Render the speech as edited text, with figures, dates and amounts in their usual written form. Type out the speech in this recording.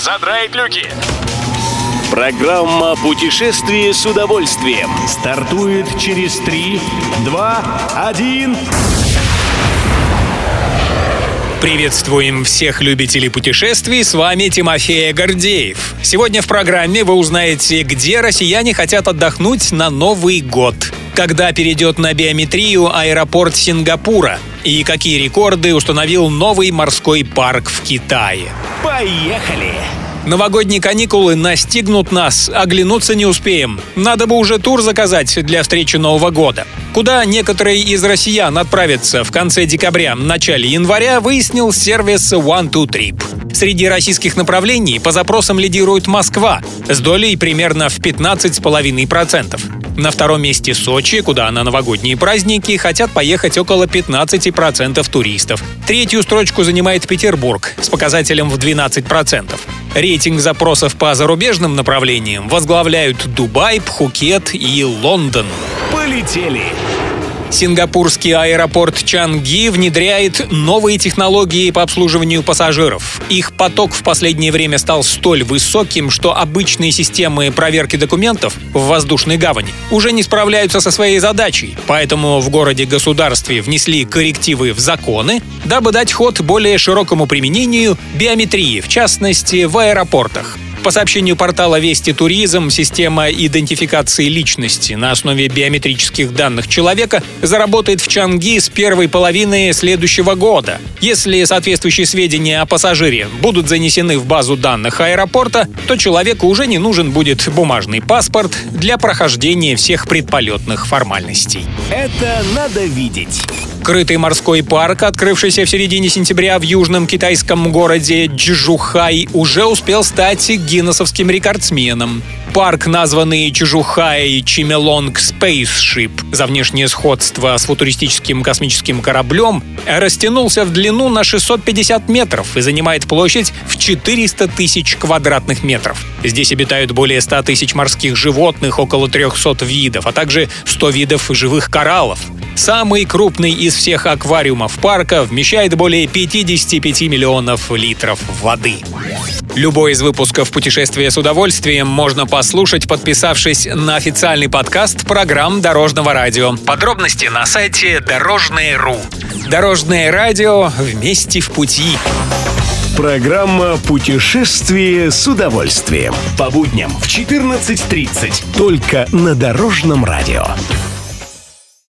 задраить люки. Программа «Путешествие с удовольствием» стартует через 3, 2, 1... Приветствуем всех любителей путешествий, с вами Тимофей Гордеев. Сегодня в программе вы узнаете, где россияне хотят отдохнуть на Новый год, когда перейдет на биометрию аэропорт Сингапура и какие рекорды установил новый морской парк в Китае. Поехали! Новогодние каникулы настигнут нас, оглянуться не успеем. Надо бы уже тур заказать для встречи Нового года. Куда некоторые из россиян отправятся в конце декабря, начале января, выяснил сервис One2Trip. Среди российских направлений по запросам лидирует Москва с долей примерно в 15,5%. На втором месте Сочи, куда на новогодние праздники хотят поехать около 15% туристов. Третью строчку занимает Петербург с показателем в 12%. Рейтинг запросов по зарубежным направлениям возглавляют Дубай, Пхукет и Лондон. Полетели! Сингапурский аэропорт Чанги внедряет новые технологии по обслуживанию пассажиров. Их поток в последнее время стал столь высоким, что обычные системы проверки документов в воздушной гавани уже не справляются со своей задачей. Поэтому в городе-государстве внесли коррективы в законы, дабы дать ход более широкому применению биометрии, в частности, в аэропортах. По сообщению портала «Вести Туризм», система идентификации личности на основе биометрических данных человека заработает в Чанги с первой половины следующего года. Если соответствующие сведения о пассажире будут занесены в базу данных аэропорта, то человеку уже не нужен будет бумажный паспорт для прохождения всех предполетных формальностей. Это надо видеть! Крытый морской парк, открывшийся в середине сентября в южном китайском городе Чжухай, уже успел стать гиннесовским рекордсменом. Парк, названный Чжухай Чимелонг Spaceship за внешнее сходство с футуристическим космическим кораблем, растянулся в длину на 650 метров и занимает площадь в 400 тысяч квадратных метров. Здесь обитают более 100 тысяч морских животных, около 300 видов, а также 100 видов живых кораллов. Самый крупный из всех аквариумов парка вмещает более 55 миллионов литров воды. Любой из выпусков «Путешествия с удовольствием» можно послушать, подписавшись на официальный подкаст программ Дорожного радио. Подробности на сайте Дорожное.ру. Дорожное радио, вместе в пути. Программа «Путешествие с удовольствием». По будням в 14:30. Только на Дорожном радио.